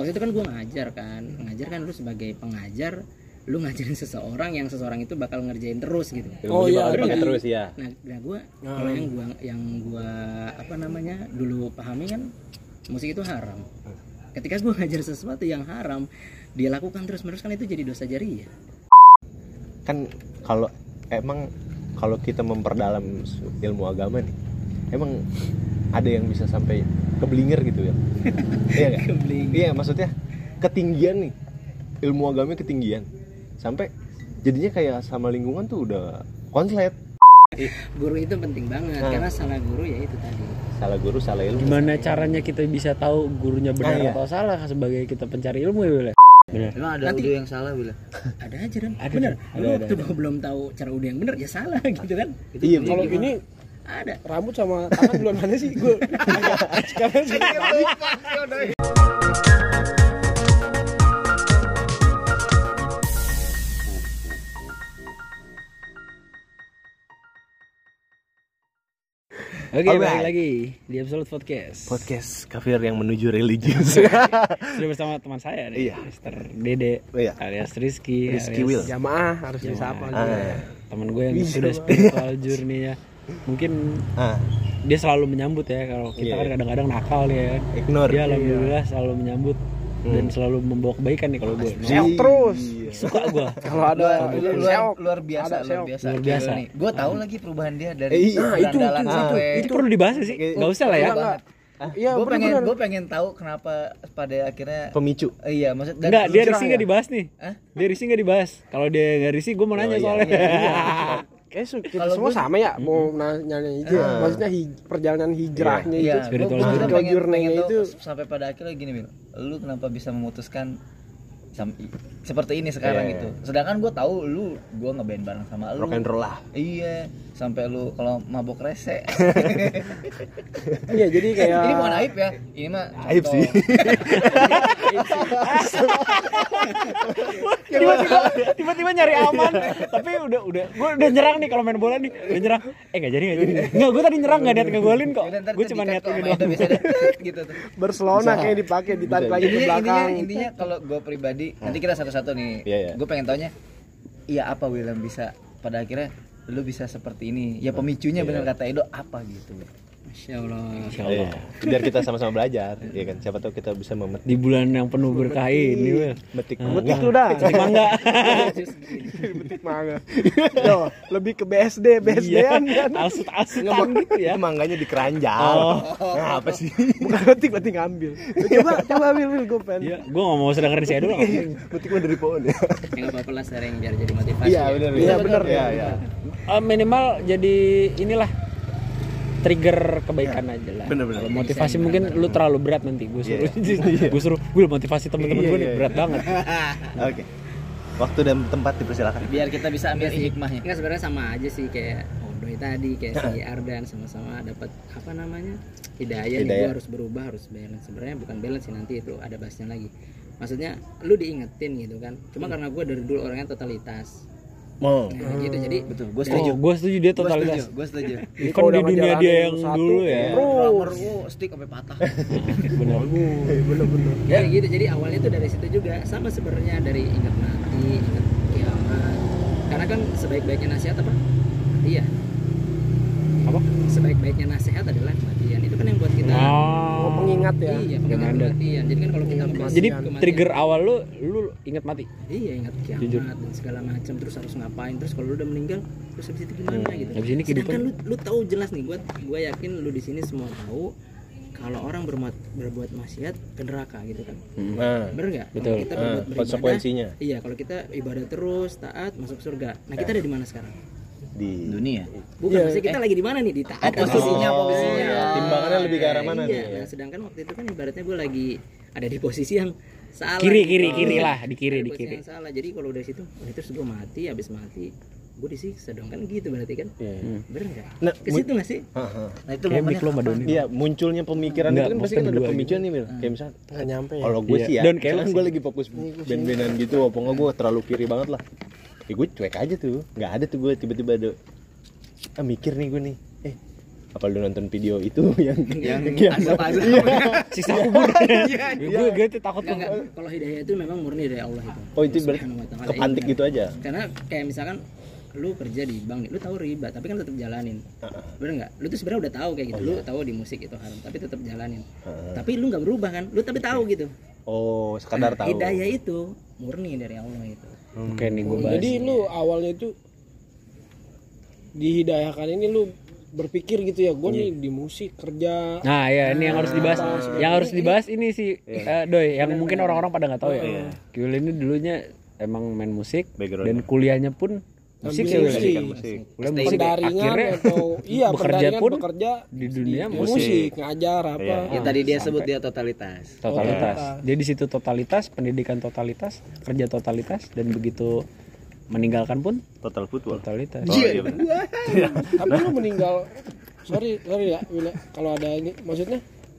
waktu itu kan gue ngajar kan lu sebagai pengajar lu ngajarin seseorang yang seseorang itu bakal ngerjain terus gitu. Terus ya. Nah gue kalau yang gue apa namanya dulu pahami kan musik itu haram. Ketika gue ngajar sesuatu yang haram dia lakukan terus-menerus kan itu jadi dosa jariah. Kan kalau kita memperdalam ilmu agama nih, emang ada yang bisa sampai keblinger gitu ya? Iya nggak? Iya, maksudnya ketinggian nih, ilmu agamanya ketinggian, sampai jadinya kayak sama lingkungan tuh udah konslet. Guru itu penting banget karena salah guru ya itu tadi. Salah guru, salah ilmu. Gimana caranya kita bisa tahu gurunya benar atau salah sebagai kita pencari ilmu ya, Bel? Bener. Emang ada udah yang salah bila? Ada aja kan? Bener. Waktu gue belum tahu cara udah yang bener ya salah gitu kan? Iya. Kalau ini ada rambut sama tangan duluan mana sih? Gue sekarang sih lupa. Oke, balik lagi di Absolute Podcast kafir yang menuju religius. Sudah bersama teman saya nih, Mr. Dede alias Rizky Will. Jamaah harus disapa gue. Teman gue yang sudah spiritual journey-nya. Mungkin dia selalu menyambut ya, kalau kita kan kadang-kadang nakal ya. Ignore. Dia alhamdulillah selalu menyambut dan selalu membawa kebaikan nih kalau gue. Seok terus. Suka gue. Kalau ada luar biasa. Nih. Gue tahu lagi perubahan dia dari andalan sampai itu perlu dibahas sih. Enggak usah lah ya. Iya, gue pengen tahu kenapa pada akhirnya pemicu. Iya, maksud enggak, dia risih enggak dibahas nih. Dia risih enggak dibahas. Kalau dia enggak risih, gue mau nanya soalnya. Kayak kita semua sama ya mau nanya aja. Maksudnya perjalanan hijrahnya itu, spiritual journey-nya itu sampai pada akhirnya gini, Bil. Lu kenapa bisa memutuskan seperti ini sekarang gitu. Sedangkan gue tahu gue ngeband bareng sama lu. Rock and roll lah. Iya, sampai lu kalau mabok rese. Iya, jadi kayak ini bukan aib ya. Ini mah aib sih. Tiba-tiba nyari aman, tapi udah gue udah nyerang nih kalau main bola nih, udah nyerang. Enggak jadi. Enggak, gue tadi nyerang enggak niat ngegolin kok. Gue cuma niat ini doang. Gitu tuh. Barcelona kayak dipakai ditarik lagi ke belakang. Intinya kalau gue pribadi, nanti kita satu-satu nih. Gue pengen taunya, iya apa William bisa pada akhirnya lu bisa seperti ini? Ya pemicunya benar kata Edo apa gitu. Masya Allah. Biar kita sama-sama belajar, ya kan. Siapa tahu kita bisa memetik di bulan yang penuh berkah ini, Wil. Metik udah. Metik mangga. Metik mangga. Yo, lebih ke BSD-an kan. Asut-asutan gitu ya. Itu mangganya di keranjang. Nah, apa sih? Bukan metik berarti ngambil. Coba Wil gue pengen. Iya, gue enggak mau sedang kerja dulu. Metik mah dari pohon ya. Enggak apa-apa lah, sering biar jadi motivasi. Iya, benar. Iya, benar. Iya. Minimal jadi inilah trigger kebaikan aja lah. Kalau motivasi mungkin lu terlalu berat nanti gue suruh gue motivasi teman-teman gue nih berat banget. Oke. Waktu dan tempat dipersilakan. Biar kita bisa ambil hikmahnya. Enggak, sebenarnya sama aja sih kayak Doi tadi, kayak si Ardan sama-sama dapat apa namanya? Hidayah. Nih gue harus berubah, harus balance. Sebenarnya bukan balance sih, nanti itu ada bahasnya lagi. Maksudnya lu diingetin gitu kan. Cuma karena gue dari dulu orangnya totalitas. Nah, gitu. Jadi betul, gue setuju. Gue setuju dia totalitas. Gue setuju. Kan di dunia dia yang dulu ya. Drummer stick sampai patah. Bener. Ya gitu. Jadi awalnya tuh dari situ juga sama sebenarnya, dari ingat mati, ingat kiamat. Karena kan sebaik-baiknya nasihat apa? Iya. Apa? Sebaik-baiknya nasihat adalah kematian. Itu kan yang buat kita pengingat ya. Iya, pengingat kematian. Jadi kan kalau kita membahas jadi kematian, trigger awal lu ingat mati. Iya, ingat kiamat dan segala macam, terus harus ngapain, terus kalau lu udah meninggal terus habis itu gimana gitu. Habis ini kehidupan. Sedangkan lu tahu jelas nih, gua yakin lu di sini semua tahu kalau orang berbuat maksiat ke neraka gitu kan. Bener enggak? Betul. Kita berbuat beribadah, konsekuensinya. Iya, kalau kita ibadah terus, taat, masuk surga. Nah, kita ada di mana sekarang? Di dunia. Bukan, maksudnya kita lagi di mana nih? Di taat. Posisinya. Timbangannya lebih ke arah mana nih? Nah, sedangkan waktu itu kan ibaratnya gue lagi ada di posisi yang salah. Kiri lah, di kiri. Yang salah. Jadi kalau dari situ, terus gue mati, habis mati gue disiksa dong, kan gitu berarti kan. Bener enggak? Nah, ke situ enggak sih? Nah, itu momennya. Iya, munculnya pemikiran itu kan pasti kan ada pemicuan nih, Mil. Kayak misalnya Enggak nyampe ya. kalau gue sih ya, kan gue lagi fokus band-bandan gitu, apa enggak gue terlalu kiri banget lah. Ya gue cuek aja tuh. Enggak ada tuh gue tiba-tiba ada mikir nih gue nih. Apa lu nonton video itu yang azab-azab Siksa kubur. Gue tuh takut tuh. Kalau hidayah itu memang murni dari Allah itu. Oh itu berarti kepantik gitu aja. Karena kayak misalkan lu kerja di bank nih, lu tahu riba tapi kan tetap jalanin. Bener nggak? Lu tuh sebenarnya udah tahu kayak gitu. Lu tahu di musik itu haram tapi tetap jalanin. Tapi lu nggak berubah kan? Lu tapi tahu gitu. Oh, sekadar tahu. Hidayah itu murni dari Allah itu. Oke nih gue bahas. Jadi lu awalnya itu dihidayahkan ini lu berpikir gitu ya, gue nih di musik kerja. Nah ya ini yang harus dibahas. Yang harus dibahas ini sih Doi, yang mungkin orang-orang pada nggak tahu ya. Kiwil ini dulunya emang main musik dan kuliahnya pun musik ya. Kuliah musik akhirnya atau bekerja di dunia musik, ngajar apa. Ya tadi dia sebut dia totalitas. Dia di situ totalitas, pendidikan totalitas, kerja totalitas, dan begitu meninggalkan pun total football. Totalitas. Iya. Tapi lu meninggal. Sorry ya, Wila. Kalau ada ini maksudnya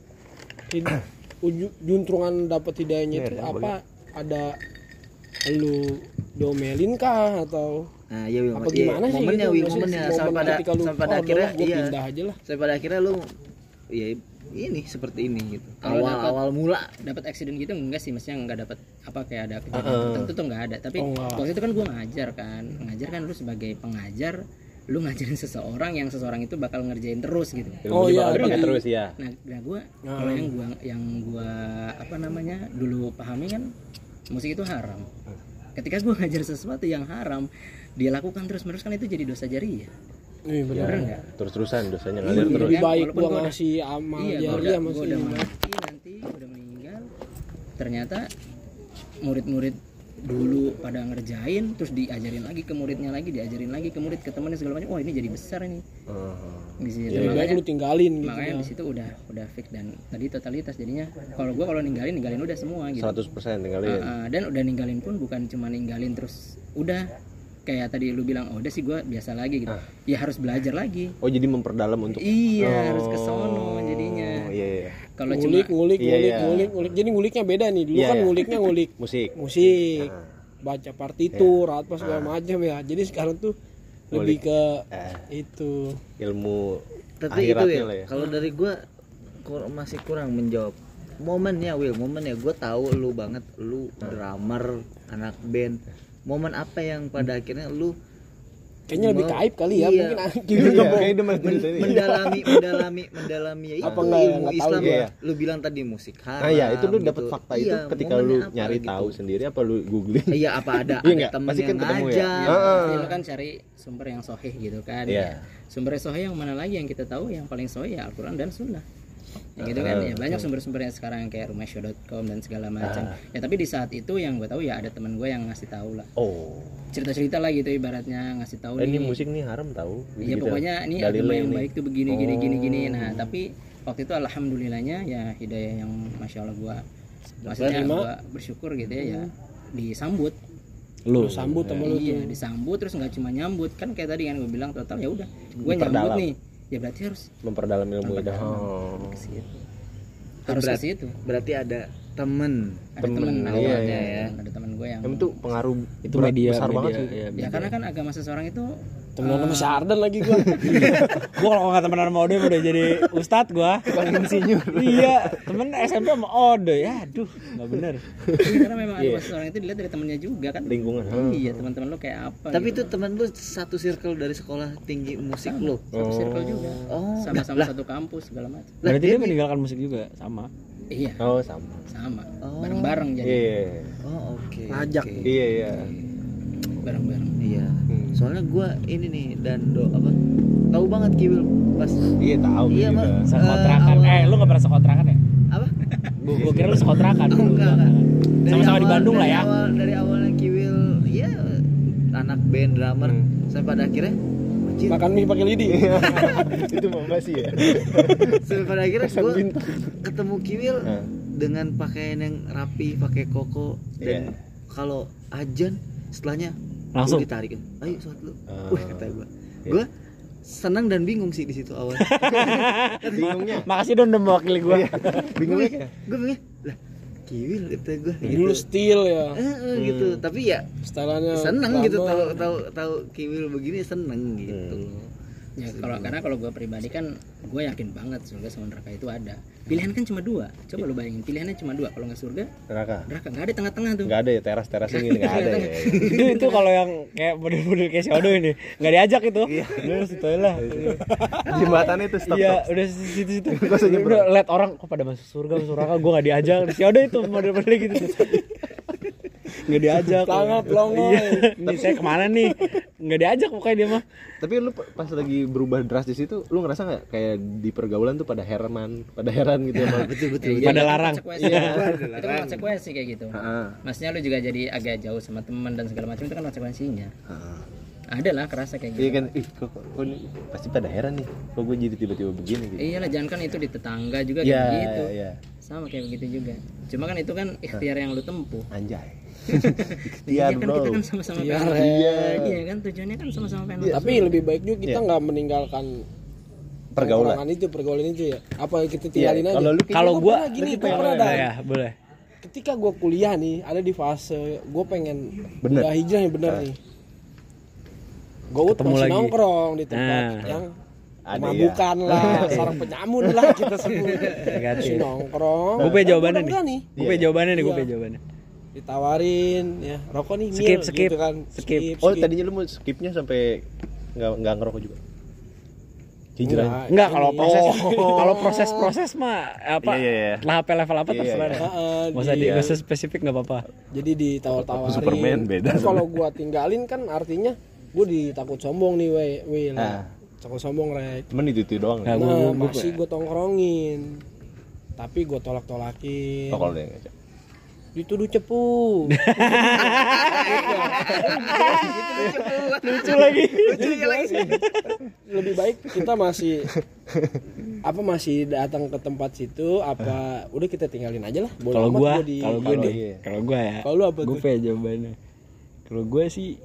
juntrungan dapat hidayahnya itu apa? Ada lu domelin kah atau nah, ya, apa gimana sih momennya gitu? Momennya sampai pada akhirnya pindah aja lah. Sampai pada akhirnya lu ya ini seperti ini gitu. Awal mula dapat accident gitu enggak sih, maksudnya enggak dapat apa kayak ada kejadian tertentu tuh enggak ada. Tapi waktu itu kan gue ngajar kan lu sebagai pengajar, lu ngajarin seseorang yang seseorang itu bakal ngerjain terus gitu. Terus ya. Nah gue kalau yang gua apa namanya dulu pahami kan musik itu haram. Ketika gue ngajar sesuatu yang haram, dia lakukan terus-menerus kan itu jadi dosa jariah. Benar enggak? Terus-terusan dosanya ngalir terus. Lebih baik gua ngasih amal jariah udah mati nanti, udah meninggal. Ternyata murid-murid dulu pada ngerjain terus diajarin lagi ke muridnya lagi, diajarin lagi ke murid, ke temannya segala macam. Wah, ini jadi besar ini. Di situ makanya lu tinggalin gitu. Makanya di situ udah fix dan tadi totalitas jadinya. Kalau gua ninggalin udah semua gitu. 100% tinggalin. Dan udah ninggalin pun bukan cuma ninggalin terus udah kayak tadi lu bilang udah sih gue biasa lagi gitu. Ya harus belajar lagi. Oh jadi memperdalam untuk harus ke sono jadinya. Iya. Kalau ngulik. Jadi nguliknya beda nih. Dulu kan nguliknya ngulik musik. Baca partitur, apa segala macam ya. Jadi sekarang tuh lebih ke itu ilmu tapi itu ya. Kalau dari gue masih kurang menjawab momennya gue tahu lu banget, lu drummer, anak band. Momen apa yang pada akhirnya lu kayaknya lebih kaib kali ya, mungkin mendalami ya itu ilmu Islam ya. Lu bilang tadi musik haram. Nah ya itu lu dapat fakta itu ketika lu nyari tahu sendiri apa lu googling? Iya, apa ada temen yang ngajar. Lu kan cari sumber yang sahih gitu kan. Sumber sahih yang mana lagi yang kita tahu, yang paling sahih ya Al-Qur'an dan Sunnah. Yang gitu kan ya banyak sumber-sumbernya sekarang kayak rumahshow.com dan segala macam. Ya tapi di saat itu yang gue tahu ya ada teman gue yang ngasih tahu lah. Cerita-cerita lah gitu ibaratnya ngasih tahu ini musik nih haram tahu. Iya gitu. Pokoknya ini agama yang baik tuh begini gini. Nah, tapi waktu itu alhamdulillahnya ya hidayah yang masya Allah gue maksudnya gue bersyukur gitu ya disambut. Lu sambut sama lu. Iya, disambut terus nggak cuma nyambut kan kayak tadi kan gue bilang total ya udah gue nyambut nih. Ya berarti harus memperdalam ilmu itu. Harus ke situ. Berarti ada temen awalnya ya. Ada temen gue yang itu pengaruh itu media besar banget sih. Ya karena kan agama seseorang itu temenan sama Sardan lagi gue. Gue kalau nggak temenan sama Ode udah jadi ustadz gue. Insinyur. Iya, temen SMP sama Ode ya, aduh nggak bener. Karena memang agama seseorang itu dilihat dari temennya juga kan. Lingkungan. Iya, teman-teman lu kayak apa. Tapi itu teman lu satu circle dari sekolah tinggi musik lu. Satu circle juga. Sama-sama satu kampus segala macam. Berarti dia meninggalkan musik juga sama. Iya. Sama. Bareng-bareng jadi. Iya. Oke. Ngajak. Iya. Bareng-bareng. Iya. Soalnya gue ini nih dan tahu banget Kiwil pas tahu iya mah sekontrakan lu nggak pernah sekontrakan ya apa gue kira lu sekontrakan enggak sama-sama di Bandung lah ya dari awalnya Kiwil ya anak band drummer sampai pada akhirnya makan mie pakai lidi. Itu mau masih ya. Sampai pada akhirnya gue ketemu Kiwil dengan pakaian yang rapi, pakai koko dan kalau ajan setelahnya langsung ditarik. Ayo sholat lu. Kata gue senang dan bingung sih di situ awal. Bingungnya. Makasih dong udah mewakili gue. Bingungnya. Gue lah Kiwil kata gue. Dulu style ya. Gitu. Tapi ya stylenya seneng gitu tahu Kiwil begini seneng gitu. Ya karena kalau gue pribadi kan gue yakin banget surga sama neraka itu ada. Pilihan kan cuma 2. Coba lu bayangin pilihannya cuma 2. Kalau nggak surga, neraka nggak ada tengah-tengah tuh. Nggak ada ya teras ini nggak ada. Ya. itu kalau yang kayak model-model kayak si Odo ini nggak diajak itu. Udah situ lah. Jembatannya itu stop. Iya udah situ. Udah lihat orang kok pada masuk surga masuk neraka gue nggak diajak. Si Odo itu model-model gitu. Nggak diajak. Sangat longoy. Ini saya kemana nih? Nggak diajak pokoknya dia mah. Tapi lu pas lagi berubah drastis itu, lu ngerasa nggak kayak di pergaulan tuh pada heran gitu ya? Betul. Pada larang. Iya. Itu kan konsekuensi kayak gitu. Maksudnya lu juga jadi agak jauh sama teman dan segala macam itu kan konsekuensinya. Ada lah kerasa kayak gitu. Iya kan, kok pasti pada heran nih. Kok gue jadi tiba-tiba begini gitu. Iyalah, jangan kan itu di tetangga juga kayak gitu. Iya. Sama kayak begitu juga. Cuma kan itu kan ikhtiar yang lu tempuh. Anjay. Iya kan kita kan sama-sama pengen. Iya kan tujuannya kan sama-sama pengen. Tapi lebih baik juga kita nggak meninggalkan pergaulan itu ya. Apa kita tinggalin aja. Kalau gua gini pernah ada. Ya, boleh. Ketika gua kuliah nih, ada di fase gua pengen udah hijrah yang bener nih. Gua masih nongkrong di tempat yang memabukan lah, sarang penyamun lah kita sebut. Masih nongkrong. Gue punya jawabannya nih. Ditawarin ya rokok nih skip gitu kan. Skip. Tadinya lu mau skipnya sampai nggak ngerokok juga. Hijrah. Enggak, kalau proses mah apa? Level apa terserah. Enggak usah spesifik enggak apa-apa. Jadi ditawar-tawarin. Superman beda. Kalau gua tinggalin kan artinya gua ditakut sombong nih we. Takut sombong rek. Cuman itu doang. Masih gua tongkrongin. Tapi gua tolak-tolakin. Kalau dia ngajak. Dituduh cepu. Lucu lagi. Lebih baik kita masih datang ke tempat situ udah kita tinggalin aja lah. Kalau gue ya. Kalau lu apa tuh? Gue punya jawabannya. Kalau gue sih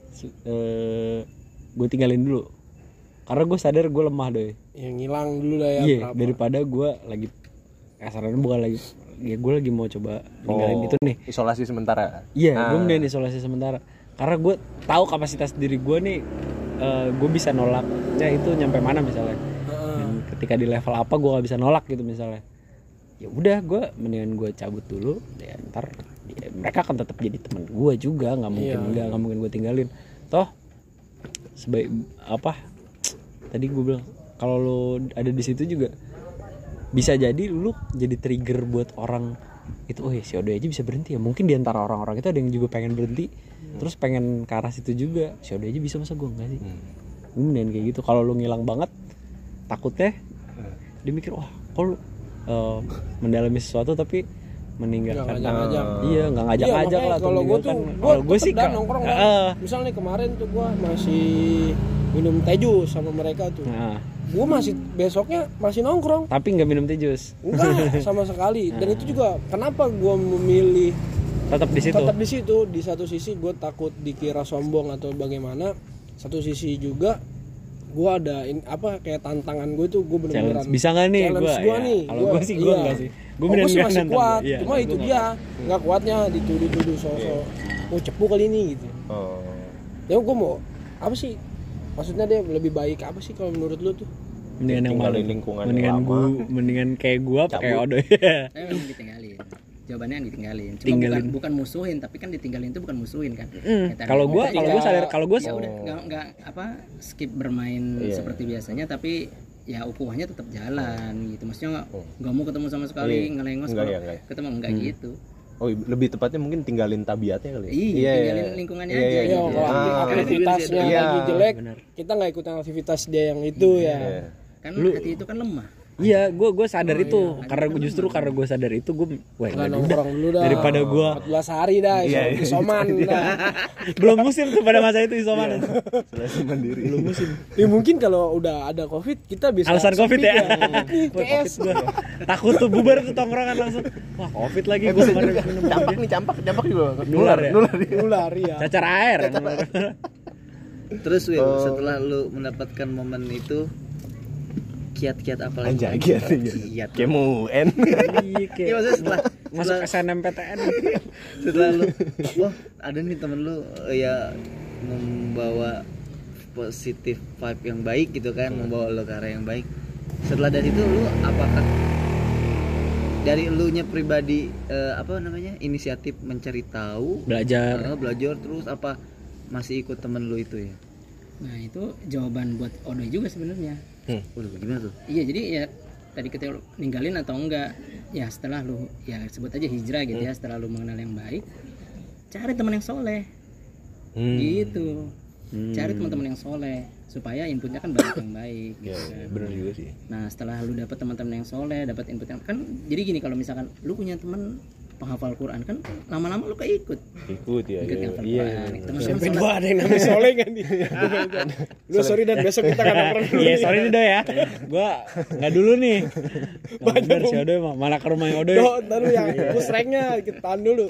gue tinggalin dulu. Karena gue sadar gue lemah doi. Yang ngilang dulu lah ya. Iya, daripada gue lagi kasarannya bukan lagi ya gue lagi mau coba ninggalin itu nih, isolasi sementara. Iya, gue mending isolasi sementara karena gue tahu kapasitas diri gue nih, gue bisa nolaknya itu nyampe mana misalnya. Dan ketika di level apa gue nggak bisa nolak gitu misalnya, ya udah gue mendingan gue cabut dulu ya, ntar mereka akan tetap jadi teman gue juga, nggak mungkin gue tinggalin. Toh sebaik apa tadi gue bilang, kalau lo ada di situ juga bisa jadi lu jadi trigger buat orang itu. Oh ya si Odo aja bisa berhenti ya, mungkin diantara orang-orang itu ada yang juga pengen berhenti, terus pengen ke arah situ juga. Si Odo aja bisa, masa gue enggak sih? Kemudian kayak gitu. Kalau lu ngilang banget, takutnya dia mikir wah kok lu mendalami sesuatu tapi meninggalkan. Iya, nggak ngajak-ngajak lah. Kalau gue sih nongkrong misalnya kemarin tuh gue masih minum teh jus sama mereka tuh. Gue masih besoknya masih nongkrong. Tapi nggak minum teh jus. Enggak sama sekali. Dan itu juga kenapa gue memilih tetap di situ. Di satu sisi gue takut dikira sombong atau bagaimana. Satu sisi juga gue ada kayak tantangan gue tuh, gue bener-bener bisa nggak nih gue ya. Kalau gue sih gue nggak sih. Gue masih kuat. Cuma itu dia nggak kuatnya dituduh sosok. Oh cepu kali ini gitu. Ya gue mau apa sih? Maksudnya dia lebih baik apa sih kalau menurut lu tuh? Mendingan yang mana? Lingkungan mendingan kayak gua pakai Odo ya. Memang ditinggalin. Jawabannya yang ditinggalin. Cuma bukan musuhin, tapi kan ditinggalin itu bukan musuhin kan. Kalau gua sadar, kalau gua ya udah enggak skip bermain seperti biasanya, tapi ya ukurannya tetap jalan gitu. Maksudnya enggak mau ketemu sama sekali, ngelengos kalau ketemu enggak gitu. Oh, lebih tepatnya mungkin tinggalin tabiatnya kali. Iya, tinggalin lingkungannya aja. Iya, aktivitasnya lagi jelek, kita nggak ikutin aktivitas dia yang itu ya. Kan hati itu kan lemah. Iya, gue sadar itu. Karena gue sadar itu gue nongkrong dulu dah. Daripada gue 14 hari dah isoman dah. Belum musim tuh pada masa itu isoman. Selesai mandiri. Belum musim. Ya mungkin kalau udah ada Covid kita bisa. Alasan Covid ya. Takut tuh bubar tuh tongkrongan langsung. Wah, Covid lagi gue kemarin. Campak juga. Nular ya. Cacar air. Terus Will, setelah lu mendapatkan momen itu, kiat-kiat apa lagi? Kiat kemuan. Iya, maksudnya setelah masuk SNMPTN. Setelah lu, wah ada nih temen lu ya membawa positif vibe yang baik gitu kan, membawa lo ke arah yang baik. Setelah dari itu lu apakah dari elunya pribadi inisiatif mencari tahu, belajar terus, apa masih ikut temen lu itu ya? Nah itu jawaban buat Odoy juga sebenarnya. Udah gimana tuh? Iya, jadi ya tadi ketika lu ninggalin atau enggak, ya setelah lu ya sebut aja hijrah gitu ya, setelah lu mengenal yang baik, cari teman yang soleh. Gitu. Cari teman-teman yang soleh supaya inputnya kan banyak yang baik gitu kan. Benar juga sih. Nah setelah lu dapat teman-teman yang soleh, dapat input yang kan, jadi gini, kalau misalkan lu punya teman penghafal Quran kan lama-lama lu keikut ya. Iya. Sampai dua ada yang namanya soleh kan nih. Lu sorry dan besok kita kan nongkrong dulu. Iya, sorry nih Doy ya. Gua enggak dulu nih. Bener si Odoy mah malah ke rumah Odoy. Ntar lu yang pusreknya kita tahan dulu.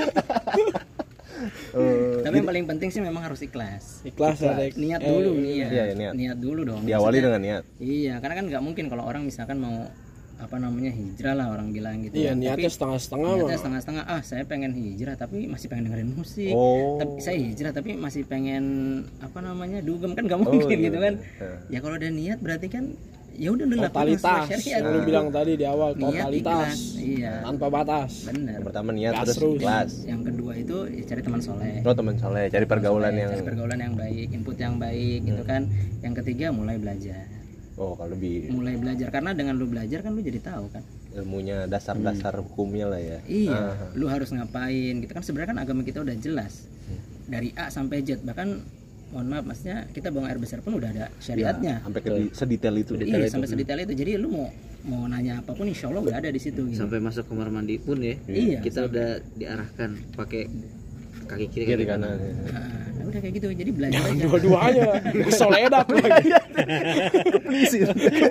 Tapi yang paling penting sih memang harus ikhlas. Niat dulu nih ya. Iya, niat dulu dong. Diawali dengan niat. Iya, karena kan nggak mungkin kalau orang misalkan mau hijrah lah orang bilang gitu. Iya, niatnya setengah-setengah. Saya pengen hijrah tapi masih pengen dengerin musik. Tapi saya hijrah tapi masih pengen dugem, kan nggak mungkin gitu kan. Ya kalau ada niat berarti kan ya udah totalitas. Lu bilang tadi di awal, totalitas. Iya. Tanpa batas. Benar. Yang pertama niat, terus ikhlas. Yang kedua itu ya cari teman soleh. Teman soleh, cari pergaulan yang baik, input yang baik gitu kan. Yang ketiga mulai belajar. Kalau lebih mulai belajar, karena dengan lu belajar kan lu jadi tahu kan ilmunya, dasar-dasar hukumnya lah ya. Iya, lu harus ngapain gitu kan. Sebenarnya kan agama kita udah jelas dari A sampai Z, bahkan mohon maaf maksudnya kita buang air besar pun udah ada syariatnya. Sampai ke sedetail itu. Sampai sedetail itu. Jadi lu mau nanya apapun insya Allah udah ada di situ. Gitu. Sampai masuk kamar mandi pun ya. Iya. Kita udah diarahkan pakai kaki kiri kanan. Nah, udah kayak gitu. Jadi belajar aja. Dua-duanya. Soledad lagi. Keplisit.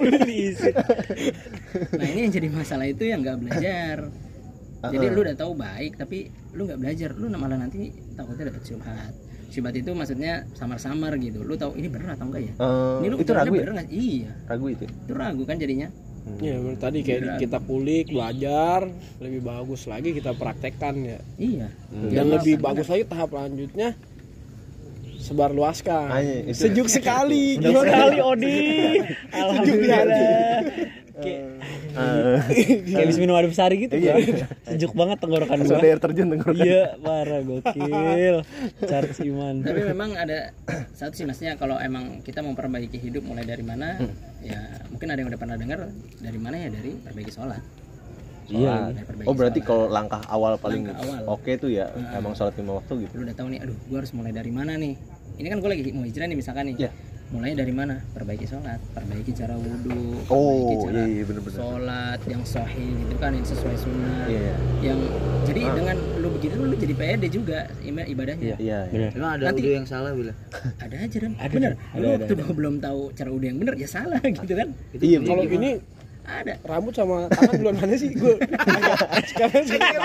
Nah ini yang jadi masalah itu yang nggak belajar. Jadi lu udah tahu baik tapi lu nggak belajar, lu malah nanti takutnya dapet syubhat. Syubhat itu maksudnya samar-samar gitu. Lu tahu ini bener atau enggak ya? Ini lu itu ragu bener nggak? Iya. Ragu itu. Itu ragu kan jadinya. Ya tadi kayak kita kulik, belajar, lebih bagus lagi kita praktekkan ya. Iya. Dan lebih bagus lagi tahap lanjutnya sebarluaskan. Sejuk sekali. Sejuk sekali Odi. Alhamdulillah. Kayak habis minum adem sari gitu kan. Sejuk banget tenggorokan gua. Sudah air terjun tenggorokan. Iya, parah gokil. Charge iman. Tapi memang ada satu sih maksudnya, kalau emang kita mau memperbaiki hidup mulai dari mana? Ya, mungkin ada yang udah pernah dengar dari mana ya, dari perbaiki sholat. Iya. Berarti kalau langkah awal paling oke tuh ya emang sholat 5 waktu gitu. Lu udah tahu nih, gua harus mulai dari mana nih? Ini kan gue lagi mau hijrah nih misalkan nih. Yeah. Mulainya dari mana? Perbaiki sholat, perbaiki cara wudhu, perbaiki cara bener-bener. Sholat yang sahih gitu kan, yang sesuai sunnah. Yang jadi dengan lu begitu lu jadi pede juga ibadahnya. Iya. Emang ada wudhu yang salah bila? Ada aja dan bener. Lu waktu belum tahu cara wudhu yang bener ya salah gitu kan. Iya. Kalau ini ada rambut sama tangan duluan mana sih gue sekarang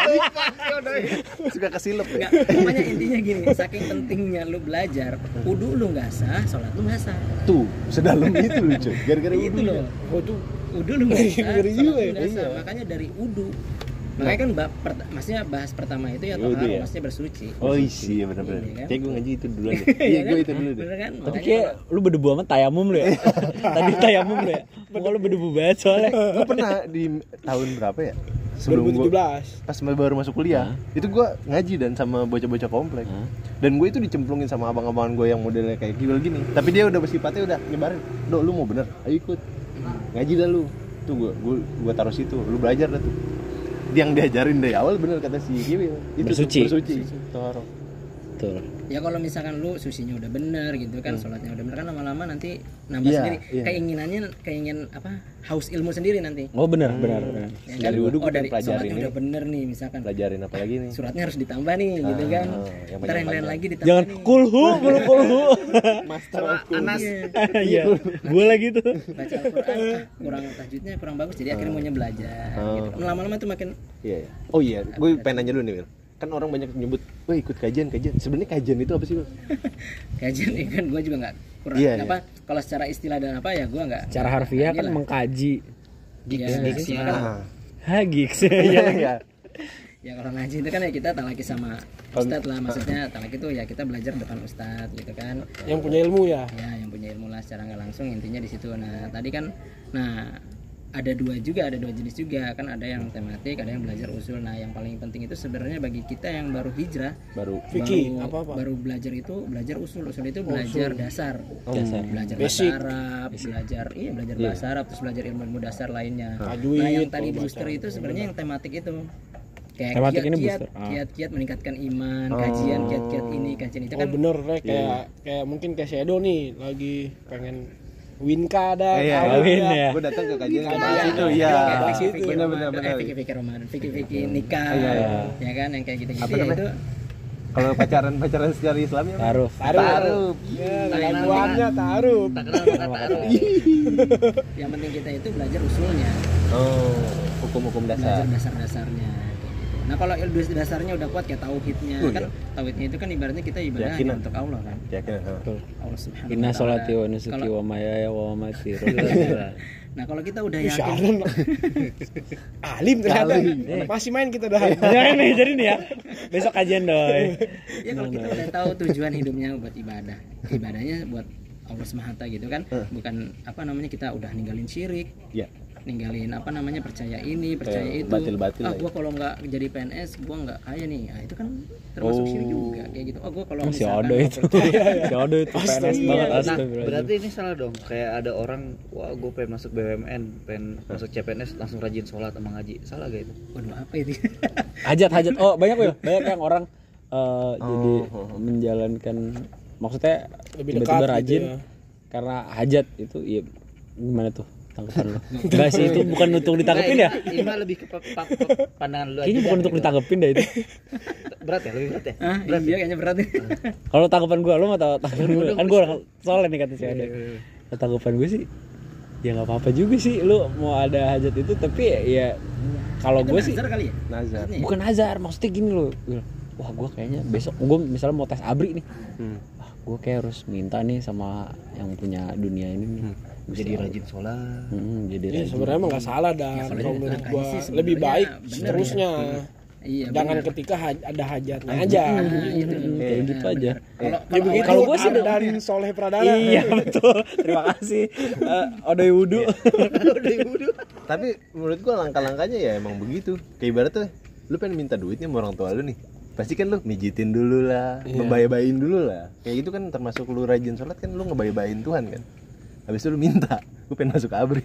suka kesilep ya. Pokoknya intinya gini, saking pentingnya lu belajar, wudu lu nggak sah, sholat lu nggak sah. Tuh sedalam itu lu cuy, gara-gara itu loh. Wudu lu nggak sah, sholat lu nggak sah. Makanya dari wudu. Makanya kan maksudnya bahas pertama itu ya tohar, maksudnya bersuci. Oh iya benar-benar. Kayak gue ngaji itu dulu aja. Iya gue itu dulu deh. Kan? Tapi kayak lu berdebu amat tayamum lu ya. Tadi tayamum lu ya. Muka lu berdebu banget soalnya. Gue pernah di tahun berapa ya? Sebelum 2017. Pas baru masuk kuliah. Itu gue ngaji dan sama bocah-bocah komplek. Dan gue itu dicemplungin sama abang-abangan gue yang modelnya kayak Kiwil gini. Tapi dia udah bersifatnya udah nyebarin. Lu mau bener, ayo ikut. Ngaji dah lu. Tuh gue taruh situ. Lu belajar dah tuh. Yang diajarin dari awal bener kata si Kiwil itu bersuci. Betul. Ya kalau misalkan lu susinya udah bener gitu kan, sholatnya udah bener kan, lama-lama nanti nambah sendiri. Keinginan haus ilmu sendiri nanti. Oh benar. Ya kan? Dari sholatnya udah bener nih misalkan. Pelajarin apa lagi nih? Suratnya harus ditambah nih gitu kan. Ntar yang lain lagi ditambah. Jangan kulhu. Master Anas. Iya. Gue lagi tuh. Baca Al-Quran kurang tajwidnya kurang bagus, jadi akhirnya maunya belajar. Gitu. Lama-lama tuh makin. Iya. Oh iya, gue pengen nanya dulu nih Wil. Kan orang banyak nyebut, wah ikut kajian. Sebenarnya kajian itu apa sih Wil? Kajian ini kan gue juga nggak kurang apa. Kalau secara istilah dan apa ya gue nggak. Cara harfiah kan mengkaji. Gigs kan. Gigs. Iya. Ya kalau ngaji itu kan ya kita talaki sama ustadz lah, maksudnya talaki itu ya kita belajar depan ustadz gitu kan. Yang punya ilmu ya. Ya yang punya ilmu lah secara nggak langsung, intinya di situ. Nah tadi kan, ada dua jenis juga kan, ada yang tematik, ada yang belajar usul. Nah yang paling penting itu sebenarnya bagi kita yang baru hijrah, baru belajar usul itu belajar dasar, belajar bahasa Arab, belajar bahasa Arab, terus belajar ilmu dasar lainnya. Nah yang tadi booster itu sebenarnya yang tematik itu kayak kiat meningkatkan iman, kajian kiat ini kajian itu kan. Bener kayak mungkin kayak Shadow nih lagi pengen Winka ada kawin ya. Gue datang ke kajian bahas itu ya. Benar. Fikir Ramadan, fikir nikah. Ya kan yang kayak gitu-gitu ya itu. Kalau pacaran secara Islam ya taruh. Ya, laguannya taruh. Yang penting kita itu belajar usulnya. Hukum-hukum dasar. Belajar dasar-dasarnya. Nah kalau ilmu dasarnya udah kuat kayak tauhidnya kan, tauhidnya itu kan ibaratnya kita ibadah hanya untuk Allah kan. Allah Subhanahu wa taala. Inna sholati wa nusuki wa mahyaya wa mamati. Nah kalau kita udah yakin alim ternyata masih main kita udah. Jangan nih jadi nih ya. Besok kajian doi. Ya kalau kita udah tahu tujuan hidupnya buat ibadahnya buat Allah Subhanahu wa taala gitu kan, bukan kita udah ninggalin syirik. Iya. Ninggalin percaya ini percaya itu, batil-batil gua kalau nggak jadi PNS gua nggak kaya nih, itu kan termasuk syirik juga kayak gitu. Gua kalau misalkan si Odo itu PNS banget astagfirullah. Berarti ini salah dong, kayak ada orang gua pengen masuk BUMN, pengen masuk CPNS langsung rajin sholat sama ngaji, salah gak itu? Waduh apa itu? hajat banyak yang orang jadi menjalankan, maksudnya tiba-tiba rajin gitu ya. Karena hajat itu ya gimana tuh tanggapan lo? Enggak sih, itu bukan untuk ditanggepin ya? Ini mah lebih ke pandangan lu aja. Kayaknya bukan untuk ditanggepin dah itu. Berat ya? Berat dia kayaknya berat nih. Kalau tanggapan gue, lo mau tahu tanggapan gue? Kan gue soalnya nih kata si Ada. Tanggapan gue sih, ya nggak apa-apa juga sih. Lo mau ada hajat itu, tapi ya kalau gue sih nazar kali ya? Nazar. Bukan nazar, maksudnya gini lo. Wah gue kayaknya besok gue misalnya mau tes ABRI nih. Wah gue kayak harus minta nih sama yang punya dunia ini nih. Jadi rajin sholat. Jadi sebenarnya emang nggak salah dah. Kalau menurut gua lebih baik seterusnya. Iya, jangan ketika ada hajatnya aja. Kayak gitu aja. Kalau gua sih dan Soleh Pradana. Iya betul. Terima kasih. Odoi wudu. Tapi menurut gua langkah-langkahnya ya emang begitu. Kayak ibarat tuh lu pengen minta duitnya sama orang tua lu nih. Pasti kan lu mijitin dulu lah, ngebay-bayin dulu lah. Kayak gitu kan termasuk lu rajin sholat kan lu ngebay-bayin Tuhan kan. Habis itu lu minta, gue pengen masuk ABRI.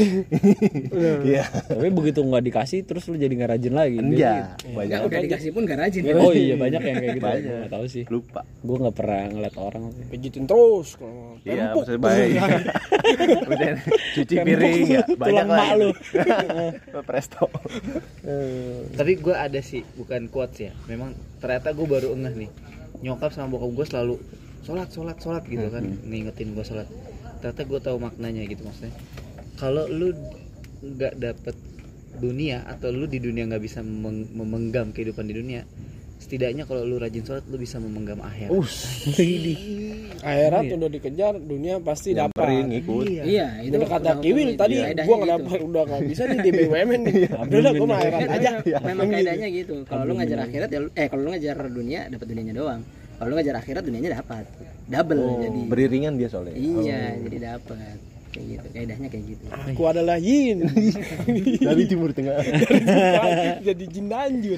Iya. Tapi begitu nggak dikasih, terus lu jadi nggak rajin lagi. Enggak. Banyak udah dikasih pun nggak rajin. Oh iya banyak yang kayak gitu. Banyak. Nggak tahu sih. Lupa. Gue nggak pernah ngeliat orang. Pijitin terus. Iya, maksudnya baik. Kemudian cuci piring ya. Banyak lah lu. Presto. Tapi gue ada sih, bukan quotes ya. Memang ternyata gue baru ngeh nih. Nyokap sama bokap gue selalu sholat gitu kan, ngingetin gue sholat. Ternyata gue tahu maknanya gitu, maksudnya kalau lu nggak dapet dunia atau lu di dunia nggak bisa memenggam kehidupan di dunia, setidaknya kalau lu rajin sholat lu bisa memenggam akhirat. Akhirat udah dikejar, dunia pasti dapat. Iya, itu udah kata Kiwil tadi, gua nggak dapat, udah nggak bisa nih di BUMN nih. Udah gua mah akhirat aja. Memang kaidahnya gitu. Kalau lu ngajar akhirat ya, kalau lu ngajar dunia dapat dunianya doang. Kalau lu ngajar akhirat dunianya dapat. Double jadi. Beriringan dia soalnya. Iya, jadi dapat. Kayak gitu, kaidahnya kayak gitu. Aku adalah Yin. Dari Timur Tengah. Jadi Jin Danjun.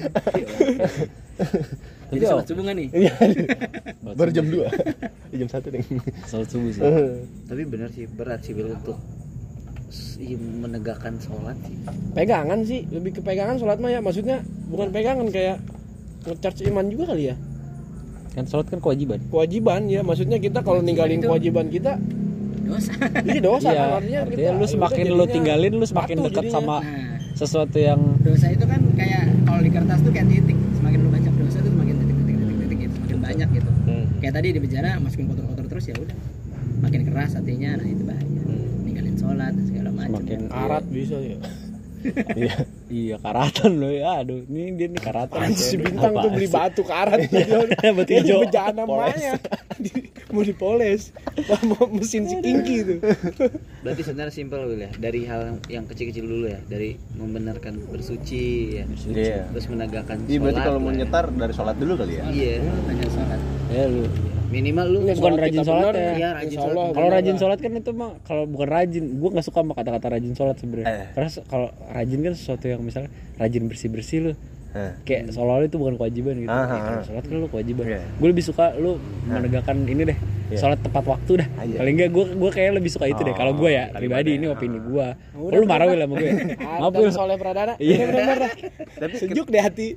Jadi sholat subuh nggak nih? Baru jam 2. Jam 1 nih. Sholat subuh sih. Tapi benar sih, berat sih Bil untuk menegakkan sholat sih. Pegangan sih, lebih ke pegangan sholat mah ya. Maksudnya bukan pegangan, kayak nge-charge iman juga kali ya. Kan sholat kan kewajiban. Kewajiban ya, maksudnya kita kalau ninggalin kewajiban kita dosa. Iya dosa iya, kan, artinya kita, lu semakin lu tinggalin lu semakin dekat sama sesuatu yang dosa itu kan kayak kalau di kertas tuh kayak titik, semakin lu banyak dosa tuh semakin titik gitu, semakin banyak gitu. Kayak tadi di penjara masukin kotor-kotor terus ya udah makin keras hatinya, nah itu bahaya. Ninggalin sholat segala macam. Semakin karat bisa ya. Iya karatan loh ya, aduh ini dia nih karatan. Si Bintang tuh beli batu karat, batu hijau. Bejana namanya. mau dipoles. Mau mesin si Kinki itu. Berarti sebenarnya simpel Will ya, dari hal yang kecil-kecil dulu ya, dari membenarkan bersuci ya, terus menegakkan sholat. Iya, berarti kalau mau nyetar dari sholat dulu kali ya. Iya, banyak sholat. Ya lu minimal lu bukan rajin sholat ya. Iya, rajin sholat. Kalau rajin sholat kan itu mah, kalau bukan rajin, gue nggak suka sama kata-kata rajin sholat sebenarnya. Karena kalau rajin kan sesuatu yang misalnya rajin bersih-bersih lu. Kayak seolah-olah itu bukan kewajiban gitu. Kalau sholat kan lu kewajiban. Gue lebih suka lu menegakkan ini deh, sholat tepat waktu dah. Paling enggak gue kayak lebih suka itu deh. Kalau gue ya pribadi, ini opini gue. Lu marah Wil sama gue? Maaf Wil, soleh Pradana. Iya benar. Tapi sejuk deh hati.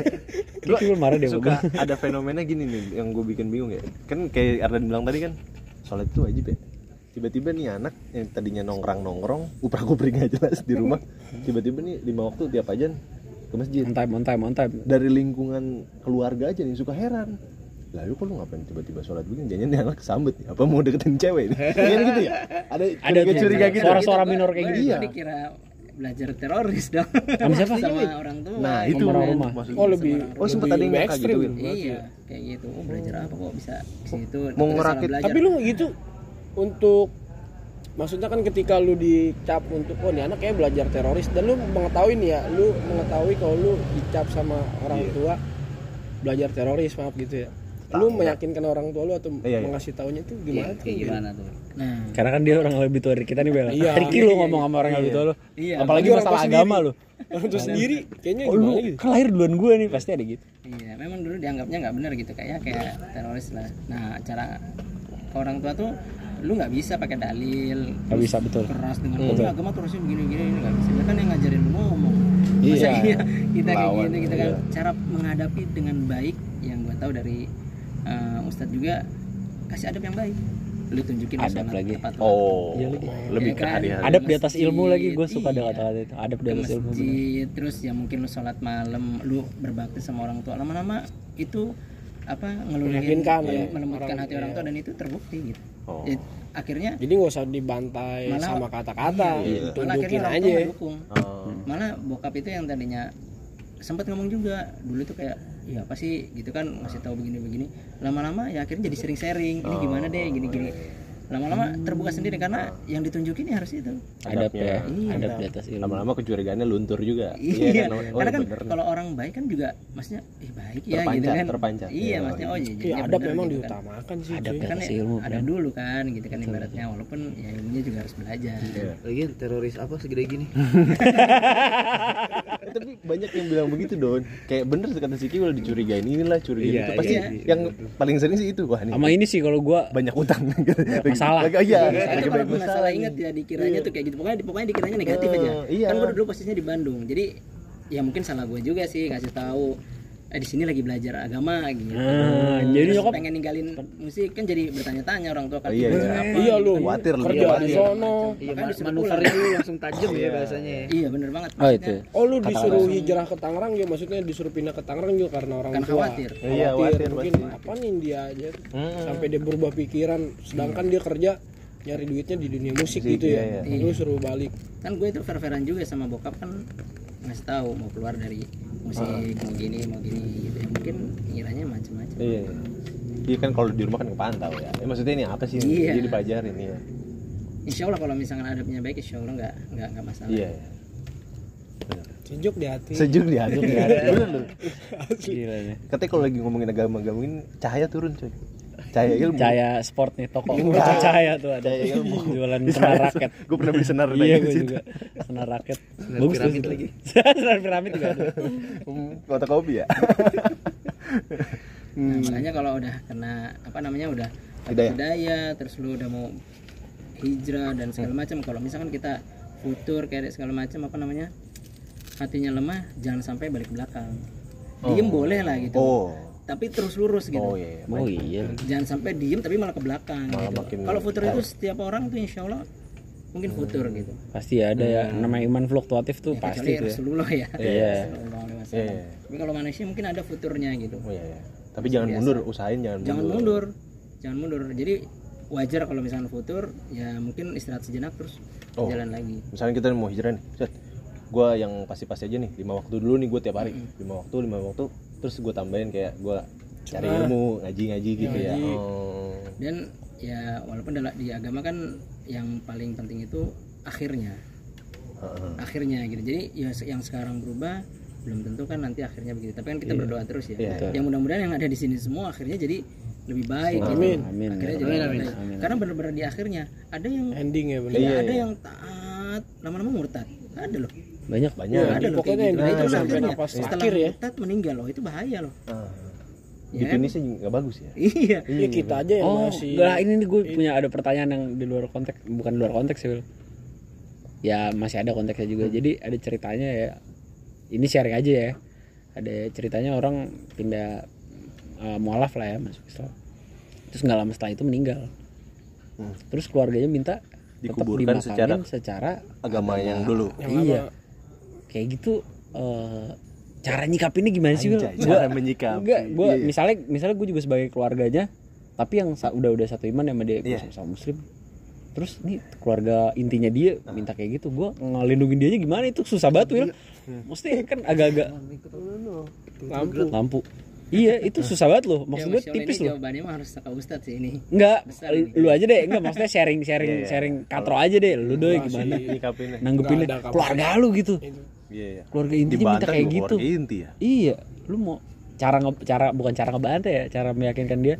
Lu marah deh. Suka ada fenomena gini nih yang gue bikin bingung ya. Kan kayak Ardan bilang tadi kan, sholat itu wajib ya. Tiba-tiba nih anak yang tadinya nongkrong uprak-uprik nggak jelas di rumah, tiba-tiba nih 5 waktu tiap ajan ke masjid. On time. Dari lingkungan keluarga aja nih suka heran. Lalu kok lu ngapain tiba-tiba sholat begini? Jangan nih anak kesambet nih. Apa mau deketin cewek? Kan gitu ya? Ada curiga gitu. Suara-suara minor kayak gitu. Iya. Dikira belajar teroris dong. Sama siapa? Sama orang tua. Nah, itu orang rumah. Oh lebih. Oh sempat ada yang kayak gitu. Iya, kayak gitu. Oh belajar apa kok bisa situ? Mau ngerakit. Tapi lu gitu untuk, maksudnya kan ketika lu dicap untuk nih anak kayak belajar teroris, dan lu mengetahui nih ya, lu mengetahui kalau lu dicap sama orang tua belajar teroris, maaf gitu ya. Lu meyakinkan orang tua lu atau mengasih taunya itu gimana tuh? Gimana tuh? Nah, karena kan dia orang lebih tua dari kita nih Bel. Riki lu ngomong sama orang lebih tua lu. Iya. Apalagi masalah agama lu. Orang tua sendiri kayaknya Oh, gimana lu gitu. kan lahir duluan gue nih, pasti ada gitu. Iya, memang dulu dianggapnya nggak benar gitu, kayak teroris lah. Nah, cara ke orang tua tuh lu nggak bisa pakai dalil. Nggak bisa, betul. Keras dengan agama terusnya begini-begini, ini nggak bisa. Dia kan yang ngajarin lu ngomong. Masa iya kita kayak gitu gitu kan. Cara menghadapi dengan baik yang gua tahu dari Ustadz juga, kasih adab yang baik. Lu tunjukin adab lagi. Tepat. Oh, iya lagi. Lebih Ya ke kan? hari-hari. Adab di atas ilmu lagi, gue suka ada Iya. kata-kata itu. Adab di atas ilmu. Masjid, terus ya mungkin lu sholat malam, lu berbakti sama orang tua, lama-lama itu apa melembutkan hati orang tua, dan itu terbukti gitu. Ya, akhirnya Jadi nggak usah dibantai malah, sama kata-kata, malah tunjukin akhirnya orang aja. tua mendukung. Malah bokap itu yang tadinya sempat ngomong juga dulu tuh kayak ya apa sih gitu kan, ngasih tahu begini-begini, lama-lama ya akhirnya jadi sering sharing, ini gimana deh gini-gini, lama-lama terbuka sendiri karena yang ditunjukin ya harus itu Adab ya, Iya. adab di atas ilmu. Lama-lama kecurigaannya luntur juga. Iya, kan? karena kan bener. kalau orang baik kan juga maksudnya baik ya Terpancar, gitu kan. terpancar. Iya, Iya, maksudnya oh iya. Iya, adab memang diutamakan sih. Adab cuy. ya. Kan Atas ilmu, ada kan? dulu kan gitu kan ibaratnya, walaupun ya ilmunya juga harus belajar. Lagian teroris apa segede gini? Tapi banyak yang bilang begitu Don. Kayak bener kata si Kiwil, dicurigain inilah, curigain itu. Pasti yang paling sering sih itu. Wah, nih Sama ini sih kalau gue banyak utang. Masalah. Iya. Itu kalau masalah ingat ya dikiranya tuh kayak gitu. Pokoknya dikiranya negatif aja. Iya. Kan gue dulu posisinya di Bandung. Jadi ya mungkin salah gue juga sih ngasih tahu di sini lagi belajar agama gitu. jadi Terus nyokap pengen ninggalin musik kan, jadi bertanya-tanya orang tua kan. Iya, belajar iya. apa? Iya lu Khawatir lu. kerja di sono. Iya, Makanya disuruh manuvernya lu langsung tajam ya bahasanya ya. Iya bener banget. oh itu Oh lu disuruh hijrah ke Tangerang juga, maksudnya disuruh pindah ke Tangerang juga karena orang Kan tua. khawatir. Iya, khawatir Mungkin pasti. apa nih dia aja sampai dia berubah pikiran, sedangkan dia kerja nyari duitnya di dunia musik gitu ya. Lu suruh balik. Kan gue itu fair-fairan juga sama bokap, kan ngasih tahu mau keluar dari musik mau gini gitu ya, mungkin ngiranya macam-macam. Iya. Iya kan kalau di rumah kan kepantau ya. Maksudnya ini apa sih? Iya. Jadi dipelajarin ya. Insya Allah kalau misalkan adabnya baik, insya Allah nggak masalah. Iya. Sejuk di hati. Sejuk di hati. Bener loh. gila nih. Katanya kalau lagi ngomongin agama-agama ini cahaya turun coy. Cahaya ilmu. Cahaya sport nih, toko cahaya tuh ada. Cahaya ilmu. Jualan senar raket. Gue pernah beli senar Iya, di gue situ. juga. Senar raket. Senar Bagus piramid tuh. lagi. Senar piramid juga ada. Kota kopi ya. Nah, makanya kalau udah kena apa namanya udah hidayah, terus lu udah mau hijrah dan segala macam, kalau misalkan kita futur kayak segala macam apa namanya, hatinya lemah, jangan sampai balik ke belakang. Diem boleh lah gitu. Tapi terus lurus gitu. Oh iya. Oh iya. Jangan sampai diem tapi malah ke belakang gitu. Kalau futur itu setiap orang tuh insya Allah mungkin futur gitu. Pasti ada ya, namanya iman fluktuatif tuh Ya, pasti kecuali tuh ya. Rasulullah ya. Iya. Sallallahu alaihi wasallam. Tapi kalau manusia mungkin ada futurnya gitu. Oh iya. Tapi jangan mundur, usahain jangan mundur. Jangan mundur. Jadi wajar kalau misalnya futur ya mungkin istirahat sejenak terus jalan lagi. Misalnya kita mau hijrah nih, set. Gua yang pasti-pasti aja nih, 5 waktu dulu nih gue tiap hari. 5 waktu, terus gue tambahin kayak gue cari ilmu, ngaji gitu ya. Dan ya walaupun di agama kan yang paling penting itu akhirnya gitu. Jadi ya yang sekarang berubah belum tentu kan nanti akhirnya begitu. Tapi kan kita berdoa terus ya. Yang mudah-mudahan yang ada di sini semua akhirnya jadi lebih baik gitu. Amin. Akhirnya jadi lebih baik. Karena benar-benar di akhirnya ada yang ending ya benar. Ada yang taat, lama-lama murtad. Ada loh. Banyak. Ada loh. Pokoknya gitu. itu sampai akhirnya, napas setelah akhir ya. murtad meninggal loh, itu bahaya loh. Definisi nggak bagus ya. Iya. Ya kita aja yang masih. Enggak, ini nih gue punya ada pertanyaan yang di luar konteks, bukan luar konteks sih, Will. Ya masih ada konteksnya juga. Jadi ada ceritanya ya. Ini sharing aja ya. Ada ceritanya orang pindah mualaf lah ya, masuk Islam. Terus nggak lama setelah itu meninggal. Terus keluarganya minta dikuburkan secara agama yang dulu. Iya. Kayak gitu. Cara nyikapinnya gimana sih? Cara menyikapi. Gue misalnya gue juga sebagai keluarganya, tapi yang udah satu iman sama dia, sama Muslim. Terus nih keluarga intinya dia minta kayak gitu, gue ngelindungin dia aja gimana, itu susah banget Will. Mesti kan agak-agak lampu. Iya, itu susah banget loh. Maksud gue tipis loh. Jawabannya mah harus ke Ustadz sih ini. Enggak, lu aja deh. Enggak, maksudnya sharing katro aja deh. Lu doi gimana nanggepinnya keluarga lu gitu. Iya. Keluarga intinya minta kayak gitu. Inti ya? Iya, lu mau bukan cara ngebantu ya, cara meyakinkan dia.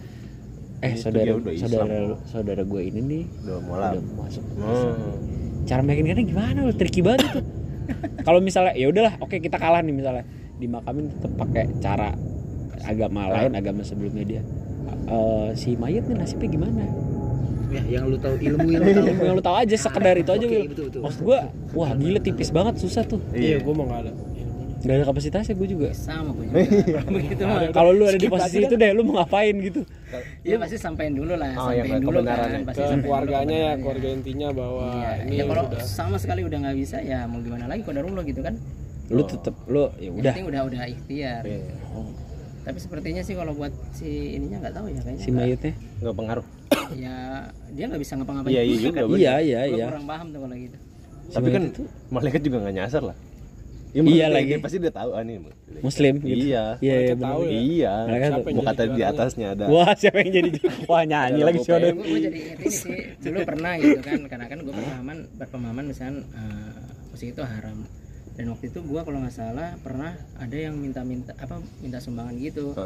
Saudara gue ini nih udah masuk. Cara meyakinkannya gimana? Tricky banget itu. Kalau misalnya ya udahlah, oke kita kalah nih misalnya dimakamin tetap pakai cara agama lain, agama sebelumnya dia. Si mayat nih nasibnya gimana? Ya, yang lu tahu ilmu yang lu tahu aja, sekedar itu aja. Betul. Maksud gua, wah gila tipis banget, susah tuh. Iya, gua mau enggak ada kapasitasnya, gua juga. Sama gua juga. Begitu mah. Kalau lu ada di posisi itu deh, lu mau ngapain gitu? Ya pasti sampein dulu lah, sampein dulu kan. Pasti keluarganya ya, keluarga intinya bahwa ini ya kalau sama sekali udah enggak bisa ya mau gimana lagi, qadarullah gitu kan. Lu tetep ya udah. Yang penting udah ikhtiar. Tapi sepertinya sih kalau buat si ininya nggak tahu ya kayaknya. Si mayitnya nggak pengaruh. Ya dia nggak bisa ngapa-ngapain. Iya. Kurang paham tuh kalau gitu. Tapi kan malaikat juga nggak nyasar lah. Ya, iya lagi. Pasti udah tahu nih. Muslim gitu. Iya. Tahu ya. Iya. Mau kata di atasnya ada. Wah, siapa yang jadi? Wah, nyanyi lagi sih udah. Gue jadi inget ini sih. Dulu pernah gitu kan, karena kan gue berpemahaman misalnya musik itu haram. Dan waktu itu gue kalau nggak salah pernah ada yang minta sumbangan gitu.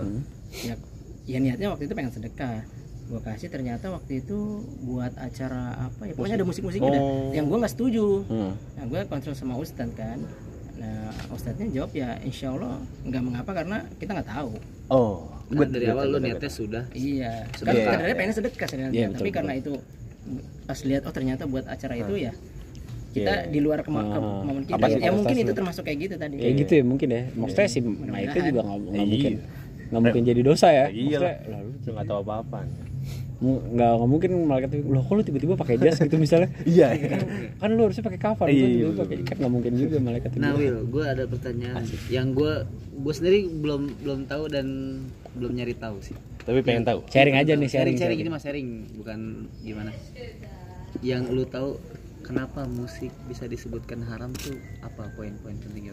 Ya niatnya waktu itu pengen sedekah. Gue kasih, ternyata waktu itu buat acara apa ya, pokoknya ada musik-musiknya dah. Yang gue nggak setuju. Nah gue konsul sama Ustadz kan. Nah Ustadznya jawab ya insya Allah nggak mengapa karena kita nggak tahu. Nah, dari awal lu niatnya sudah. Iya. Kan sebenarnya pengen sedekah sebenarnya. Tapi karena itu pas lihat ternyata buat acara itu ya. Kita di luar kemampuan kita. Ya mungkin itu termasuk kayak gitu tadi. Kayak gitu ya mungkin ya. Maksudnya si mayatnya juga nggak mungkin jadi dosa ya. Maksudnya lalu nggak tahu apa-apa. Nggak mungkin malaikat loh kok lu tiba-tiba pakai jas gitu misalnya. Iya. Kan lu harusnya pakai kafan, lu pakai ikat, nggak mungkin juga malaikat. Nah Will, gue ada pertanyaan yang gue sendiri belum tahu dan belum nyari tahu sih. Tapi pengen tahu. Sharing aja nih, sharing ini mas sharing, bukan gimana. Yang lu tahu kenapa musik bisa disebutkan haram tuh apa poin-poin pentingnya?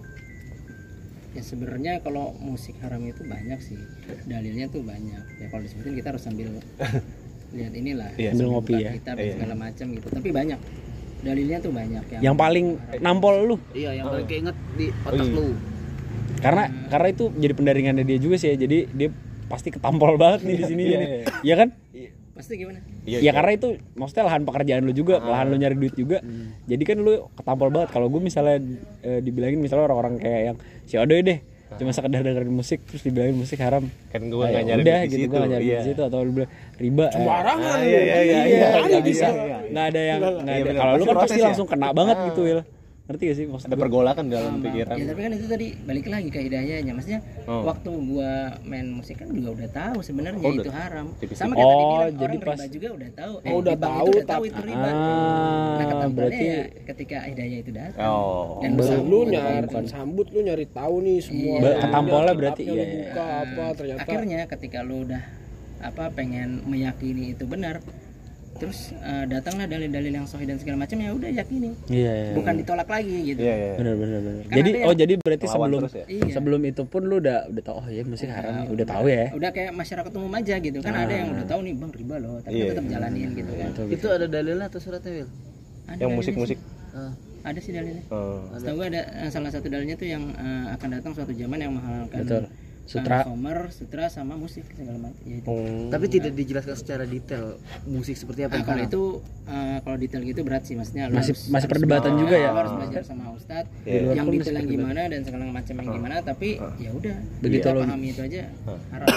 Ya sebenarnya kalau musik haram itu banyak sih, dalilnya tuh banyak. Ya kalau disebutin kita harus sambil lihat inilah, sambil ngopi ya, kitab segala macam gitu. Tapi banyak dalilnya tuh banyak. Yang paling nampol lu? Iya, yang paling keinget di otak lu. Karena itu jadi pendaringannya dia juga sih ya. Jadi dia pasti ketampol banget nih di sini. Iya kan? Pasti gimana? Ya karena itu maksudnya lahan pekerjaan lu juga, lahan lu nyari duit juga. Jadi kan lu ketampol banget. Kalau gue misalnya dibilangin misalnya orang-orang kayak yang si Odoy deh, cuma sekedar dengerin musik terus dibilangin musik haram. Kan gue enggak nyari di situ. Gue nyari di situ atau lu bilang riba. Sembarangan. Iya, enggak bisa. Enggak ada yang kalau lu kan pasti langsung kena banget gitu, Wil. Ngerti gak sih maksudnya? Ada pergolakan dalam pikiran. Ya tapi kan itu tadi balik lagi ke hidayahnya. Maksudnya waktu gua main musik kan juga udah tahu sebenarnya itu haram. Sama kayak tadi bilang orang riba juga udah tahu. Udah tahu itu riba. Nah ketampilannya ya ketika hidayah itu datang. Dan lu nyari tahu nih semua. Ketampolnya berarti iya. Buka apa ternyata. Akhirnya ketika lu udah pengen meyakini itu benar, terus datanglah dalil-dalil yang sahih dan segala macam, ya udah yakini. Iya. Bukan ditolak lagi gitu. Benar. Kan Jadi jadi berarti ya? sebelum itu pun lu udah tahu, oh ya musik haram nih, udah tahu ya. Udah kayak masyarakat umum aja gitu. Kan ada yang udah tahu nih Bang riba loh, tapi tetap jalanin gitu kan. Itu ada dalilnya atau suratnya, Wil? Yang musik-musik. Ada sih dalilnya. Setahu gue ada salah satu dalilnya tuh yang akan datang suatu zaman yang menghalalkan Homer, sutra sama musik segala macam ya itu. Tapi tidak dijelaskan secara detail musik seperti apa. Kalau itu kalau detail gitu berat sih, maksudnya masih perdebatan juga ya. Harus belajar sama ustadz yang detail yang gimana dan segala macam yang gimana, tapi ya udah begitu lo pahami itu aja haram.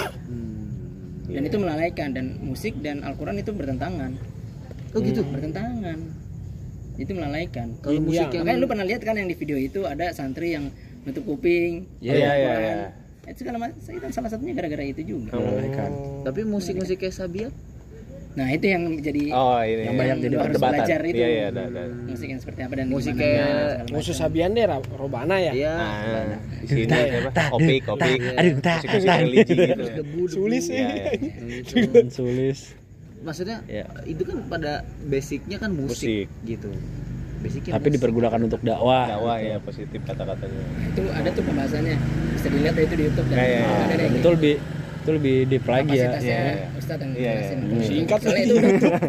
Dan itu melalaikan, dan musik dan Al-Qur'an itu bertentangan. Oh gitu, bertentangan. Itu melalaikan. Kalau musik yang makanya lu pernah lihat kan yang di video itu ada santri yang nutup kuping. Iya. Itu segala macam, itu salah satunya gara-gara itu juga. Tapi musik-musik kayak Sabiat, nah itu yang jadi yang banyak jadi harus belajar itu. Iya. Musik yang seperti apa dan musik gimana, kayak musuh Sabian deh Robana ya. Iya. Di sini opik musik religi gitu. Sulis sih. Sulis. Maksudnya itu kan pada basicnya kan musik. Gitu. Basicnya tapi dipergunakan untuk dakwah ya, positif kata-katanya. Itu ada tuh pembahasannya, bisa dilihat itu di YouTube dan itu lebih deep lagi ya. Ustadz yang jelasin. Singkat soalnya itu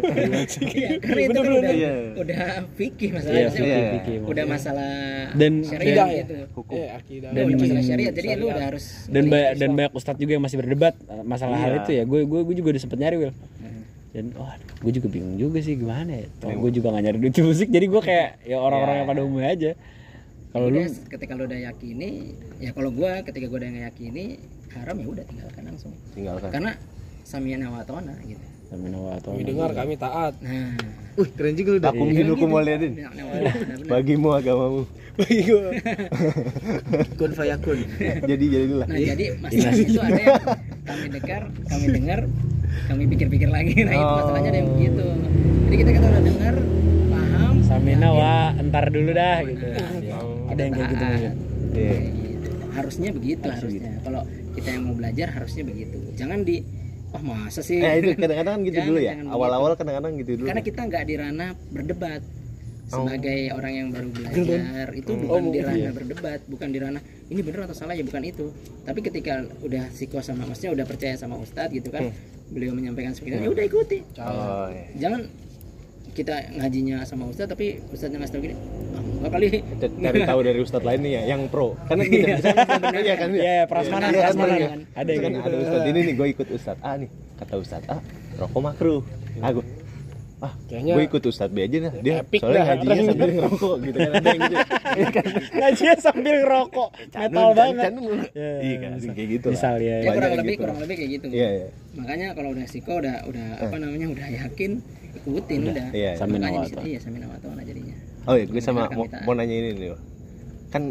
karena itu kan udah fikih masalahnya, udah masalah dan syariat gitu, hukum akidah dan masalah syariat, jadi lu udah harus dan banyak ustadz juga yang masih berdebat masalah hal itu ya. Gue juga udah sempet nyari, Wil. Dan gue juga bingung juga sih gimana ya. Gue juga gak nyari duit musik, jadi gue kayak ya orang-orang yang pada umumnya aja. Kalau lu ketika lu udah yakini, ya kalau gue ketika gue udah yakini haram, ya udah tinggalkan langsung. Karena sami'na wa ata'na gitu. Kami dengar, kami taat. Nah, keren juga lu. Aku hidup muliatin. Bagimu agamamu. Bagi gue. Kun fayakun. Jadi lah. Nah, jadi masalahnya itu ada yang kami dengar, kami pikir-pikir lagi. Nah, itu masalahnya ada yang begitu. Jadi kita udah dengar, paham, samina wa entar dulu dah gitu. Ada yang kayak gitu mungkin. Iya. Harusnya begitu harusnya. Kalau kita yang mau belajar harusnya begitu. Jangan masa sih? Itu kadang-kadang gitu dulu ya. Awal-awal kadang-kadang gitu dulu. Karena kita nggak di ranah berdebat. Sebagai orang yang baru belajar itu bukan di ranah berdebat, bukan di ranah ini benar atau salah, ya bukan itu. Tapi ketika udah maksudnya udah percaya sama ustadz gitu kan, beliau menyampaikan seperti itu, ya udah ikuti. Jangan kita ngajinya sama ustadz tapi ustadznya ngasih tau gini, enggak kali cari tahu dari ustadz lain nih ya yang pro. Karena gitu ya kan. Iya, prasmanan. Ada kan ada ustadz ini nih, gue ikut ustadz A nih. Kata ustadz A, rokok makruh. Gue ikut Ustadz B aja dah. Dia soalnya ngajinya sambil ngerokok gitu kan, ada yang gitu. Ngajinya sambil ngerokok. Metal banget. Iya kan, kayak gitu lah. Misal ya. Kurang lebih kayak gitu. Iya. Makanya kalau udah udah apa namanya, udah yakin, ikutin udah. Samina wa ta'ala. Iya, samina wa ta'ala jadinya. Oh iya, gue sama mau nanya ini nih. Kan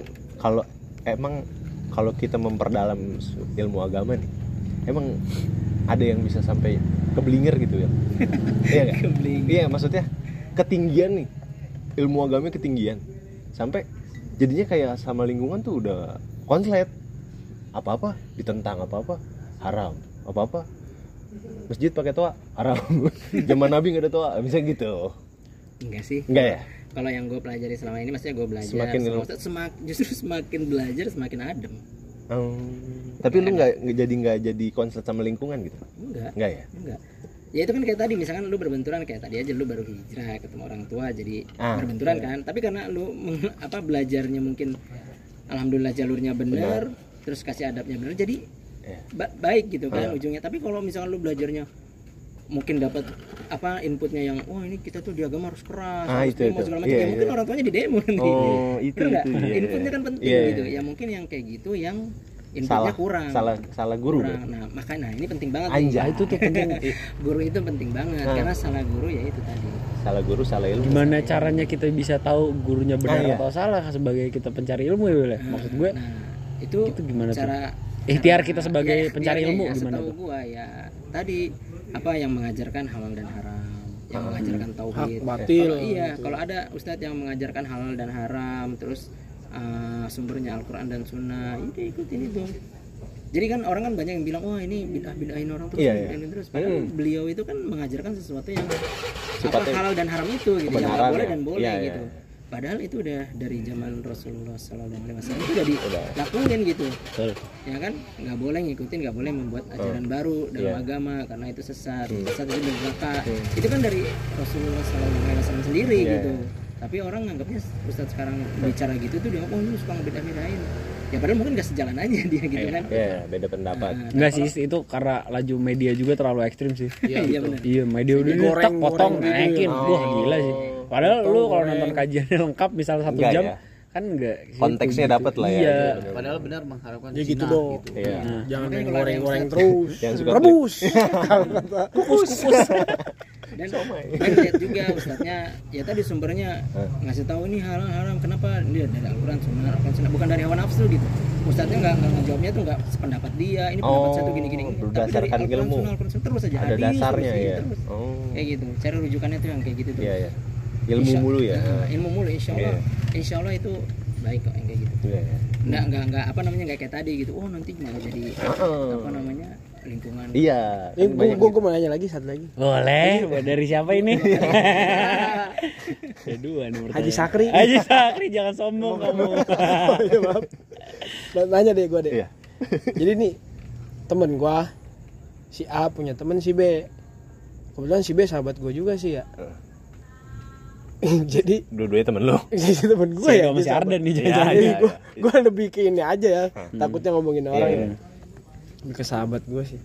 kalau kita memperdalam ilmu agama nih, emang ada yang bisa sampai keblinger gitu ya. Iya enggak? Iya, maksudnya ketinggian nih. Ilmu agamanya ketinggian. Sampai jadinya kayak sama lingkungan tuh udah konslet. Apa-apa ditentang, apa-apa haram. Apa-apa masjid pakai toa haram. Zaman Nabi enggak ada toa, bisa gitu. Enggak sih. Enggak ya? Kalau yang gue pelajari selama ini, maksudnya gue belajar justru semakin belajar semakin adem. Tapi lu nggak jadi konslet sama lingkungan gitu? Enggak ya? Enggak. Ya itu kan kayak tadi, misalkan lu berbenturan kayak tadi aja, lu baru hijrah ketemu orang tua jadi berbenturan kan. Tapi karena lu belajarnya mungkin alhamdulillah jalurnya benar, terus kasih adabnya benar, jadi baik gitu kan ujungnya. Tapi kalau misalkan lu belajarnya mungkin dapat inputnya yang ini kita tuh di agama harus keras, harus demo segala macam, mungkin orang tuanya di demo nanti. Inputnya kan penting gitu. Ya mungkin yang kayak gitu yang inputnya kurang, salah guru. Nah makanya ini penting banget. Itu tuh penting. Guru itu penting banget karena salah guru ya itu tadi. Salah guru, salah ilmu. Gimana caranya kita bisa tahu gurunya benar atau salah sebagai kita pencari ilmu ya, Wil? Maksud gue itu gimana cara ikhtiar kita sebagai pencari ilmu gimana tuh? Gue ya tadi yang mengajarkan halal dan haram, yang mengajarkan tauhid. Kalau ada ustadz yang mengajarkan halal dan haram, terus sumbernya Al-Quran dan Sunnah, udah ikutin itu. Jadi kan orang kan banyak yang bilang, wah ini bidahin orang terus, bidahin terus. Padahal beliau itu kan mengajarkan sesuatu yang halal dan haram itu, gitu. Yang nggak boleh dan boleh gitu. Padahal itu udah dari zaman Rasulullah SAW itu udah dilakuin gitu. Ya kan, nggak boleh ngikutin, nggak boleh membuat ajaran baru dalam agama karena itu sesat. Sesat itu durhaka. Itu kan dari Rasulullah SAW sendiri gitu. Tapi orang nganggapnya Ustadz sekarang bicara gitu tuh dia lu suka ngebedain. Ya padahal mungkin gak sejalan aja dia gitu kan. Iya, beda pendapat. Enggak sih, itu karena laju media juga terlalu ekstrim sih. Iya benar. Iya, media udah tak potong naikin. Wah, gila sih. Padahal lu kalau nonton kajiannya lengkap misal 1 jam kan enggak konteksnya gitu. Dapat lah ya. Iya. Padahal benar mengharapkan ya gitu dong. Gitu. Iya. Jangan goreng-goreng terus. Yang suka rebus. Kukus. Dan lihat juga ustadznya ya tadi sumbernya ngasih tahu ini haram kenapa dia dari Al-Quran Sunnah bukan dari hawa nafsu gitu. Ustadznya nggak ngejawabnya tuh nggak sependapat dia ini pendapat saya tuh gini tapi dari Al-Quran Sunnah terus aja ada dasarnya ya terus. Kayak gitu cara rujukannya tuh yang kayak gitu tuh. Iya. Ilmu mulu ya. Ilmu mulu insya Allah itu baik kok yang kayak gitu. Nggak apa namanya nggak kayak tadi gitu. Oh nanti malah jadi apa namanya lingkungan. Iya. Gue mau nanya lagi satu lagi. Boleh. Dari siapa ini? Kedua nih. Haji Sakri. Haji Sakri jangan sombong kamu. Ya, maaf. Nanya deh gue deh. Iya. Jadi nih temen gue si A punya temen si B. Kebetulan si B sahabat gue juga sih ya. Jadi dua-duanya temen lo. Temen gue ya. Masih Ardan nih. Jadi gue lebih ke ini aja ya. Takutnya ngomongin orang ya. Ke sahabat gue sih.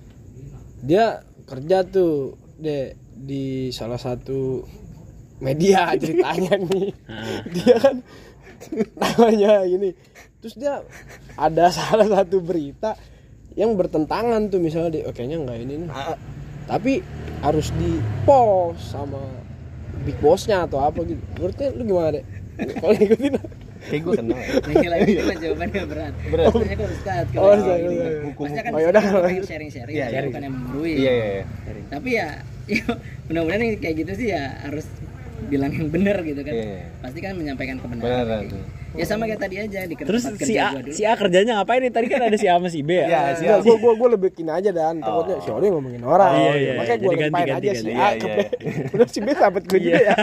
Dia kerja tuh di salah satu media ceritanya nih. Dia kan namanya gini. Terus dia ada salah satu berita yang bertentangan tuh misalnya kayaknya enggak ini nih. Tapi harus di-post sama big boss-nya atau apa gitu. Menurutnya lu gimana deh? Kalau ngikutin Kayak gue kenal. Lagi jawabannya berat. Maksudnya kan Ustadz pasti kan sharing-sharing bukan yang menggurui. Iya. Tapi ya mudah-mudahan kayak gitu sih ya harus bilang yang benar gitu kan. Pasti kan menyampaikan kebenaran. Ya sama kayak tadi aja di terus si A kerjanya ngapain nih? Tadi kan ada si A sama si B ya. Iya, gue lebih kin aja dan takutnya si Odi ngomongin orang. Makanya gue lempain aja si A ke B. Udah si B sahabat gue juga ya.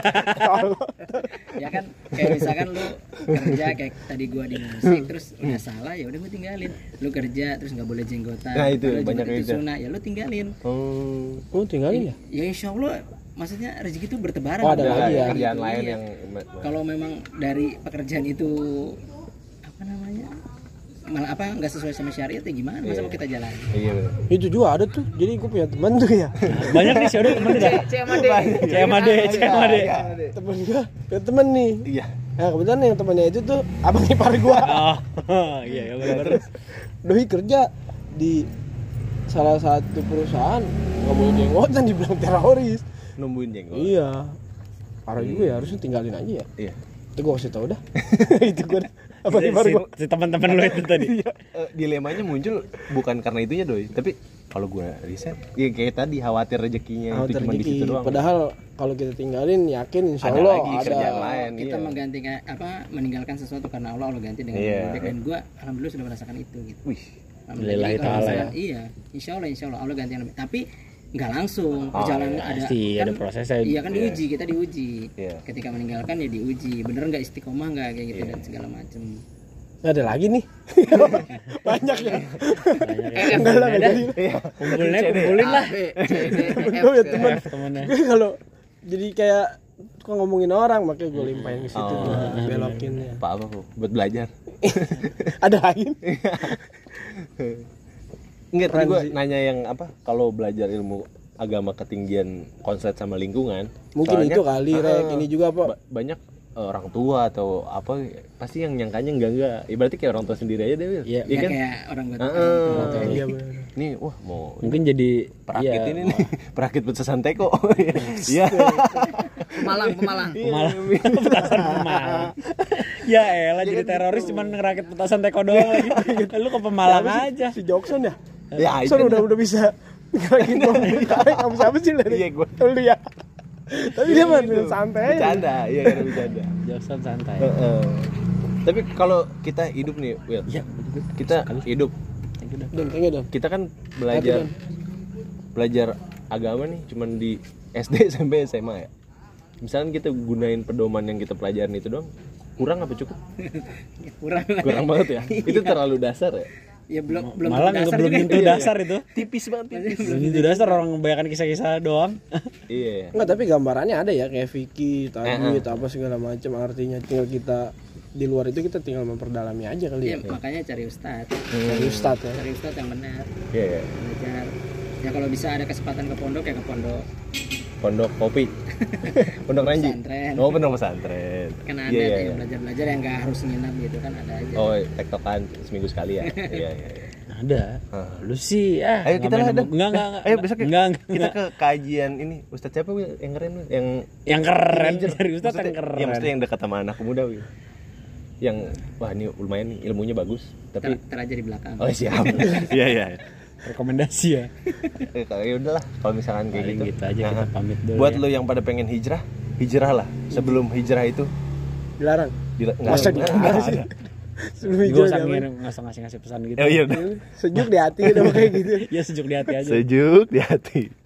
Ya kan kayak misalkan lu kerja kayak tadi gue di musik terus nggak salah ya udah gue tinggalin. Lu kerja terus nggak boleh jenggotan. Nah itu banyak itu sunnah ya lu tinggalin. Oh tinggalin ya? Ya insya Allah maksudnya rezeki itu bertebaran. Oh, ada lagi ya kerjaan lain yang kalau memang dari pekerjaan itu apa namanya malah apa nggak sesuai sama syariat ya gimana masa mau kita jalan. Iya benar. Itu juga ada tuh. Jadi gue punya teman tuh ya. Banyak nih Syodeh temen enggak? CMAD. Temen gue punya temen nih. Iya. Nah kebetulan yang temannya itu tuh abang ipar gue. Iya benar. Doi kerja di salah satu perusahaan nggak boleh jenggotan dibilang teroris. Numbuhin jenggot. Iya. Parah juga ya, harusnya tinggalin aja ya. Iya. Itu gue kasih tau dah. Itu gue apa nih baru si teman-teman lo itu tadi. Dilemanya muncul bukan karena itunya doi, tapi kalau gue riset, ya kayak tadi khawatir rezekinya itu cuma di situ doang. Padahal kalau kita tinggalin yakin insya Allah ada kerjaan lain. Kita menggantikan meninggalkan sesuatu karena Allah ganti dengan lebih baik dan gue alhamdulillah sudah merasakan itu gitu. Wih. Alhamdulillah taala ya. Iya, insya Allah ganti yang lebih. Tapi nggak langsung perjalanan ada prosesnya. Iya kan diuji, kita diuji. Ketika meninggalkan ya diuji, bener nggak istiqomah nggak kayak gitu dan segala macam. Ada lagi nih. Banyak ya. Enggak lah jadi. Kumpulin lah. Temennya. Kalau jadi kayak kok ngomongin orang makanya gue limpahin ke situ belokin ya. Apa buat belajar. Ada lagi. Enggak, tadi gue nanya yang apa kalau belajar ilmu agama ketinggian konslet sama lingkungan mungkin soalnya, itu kali Rek ini juga apa banyak orang tua atau apa pasti yang nyangkanya enggak berarti kayak orang tua sendiri aja deh iya kan kayak orang tua iya nih wah mau mungkin jadi perakit ini nih perakit petesan teko iya Pemalang ya elah jadi teroris cuma ngerakit petasan teko doang lagi lu ke Pemalang aja si Jokson ya itu udah bisa ngerakin kamu siapa sih dari iya gue lu ya tapi dia mah santai bercanda iya kan bercanda Jokson santai tapi kalau kita hidup nih Will kita hidup Kita kan belajar agama nih cuman di SD sampai SMA ya. Misalkan kita gunain pedoman yang kita pelajarin itu doang, kurang apa cukup? Kurang banget ya. Itu terlalu dasar ya. Ya belum malah belum tentu dasar itu. Tipis banget. Belum tentu dasar, orang membayangkan kisah-kisah doang. Iya. Enggak, tapi gambarannya ada ya kayak fikih, tajwid, apa segala macam artinya, tinggal kita di luar itu kita tinggal memperdalamnya aja kali ya. Makanya cari ustadz. Cari ustadz ya. Cari ustadz yang benar. Iya. Belajar. Ya kalau bisa ada kesempatan ke pondok ya ke pondok. Pondok kopi. Pondok Ranji. Pesantren. Oh, pondok pesantren. Kan ada yang belajar-belajar yang enggak harus nginap gitu kan, ada aja. Oh, tektokan seminggu sekali ya. Iya. Ada. Lu sih ayo kita lah ada. Enggak. Ayo besok enggak. Kita ke kajian ini. Ustadz siapa Wil? Yang keren Wil? Yang keren dari ustadz yang keren. Yang mesti yang dekat sama anak muda Wil. Yang wah ini lumayan nih, ilmunya bagus tapi teraja di belakang. Oh siap. Iya. Rekomendasi ya. Ya udahlah kalau misalkan kayak gitu aja kita pamit dulu. Buat lo yang pada pengen hijrah lah. Sebelum hijrah itu dilarang. Masa dilarang sih? Gue usah ngasih pesan gitu. Oh iya udah. Sejuk di hati udah kayak gitu. Ya sejuk di hati aja. Sejuk di hati.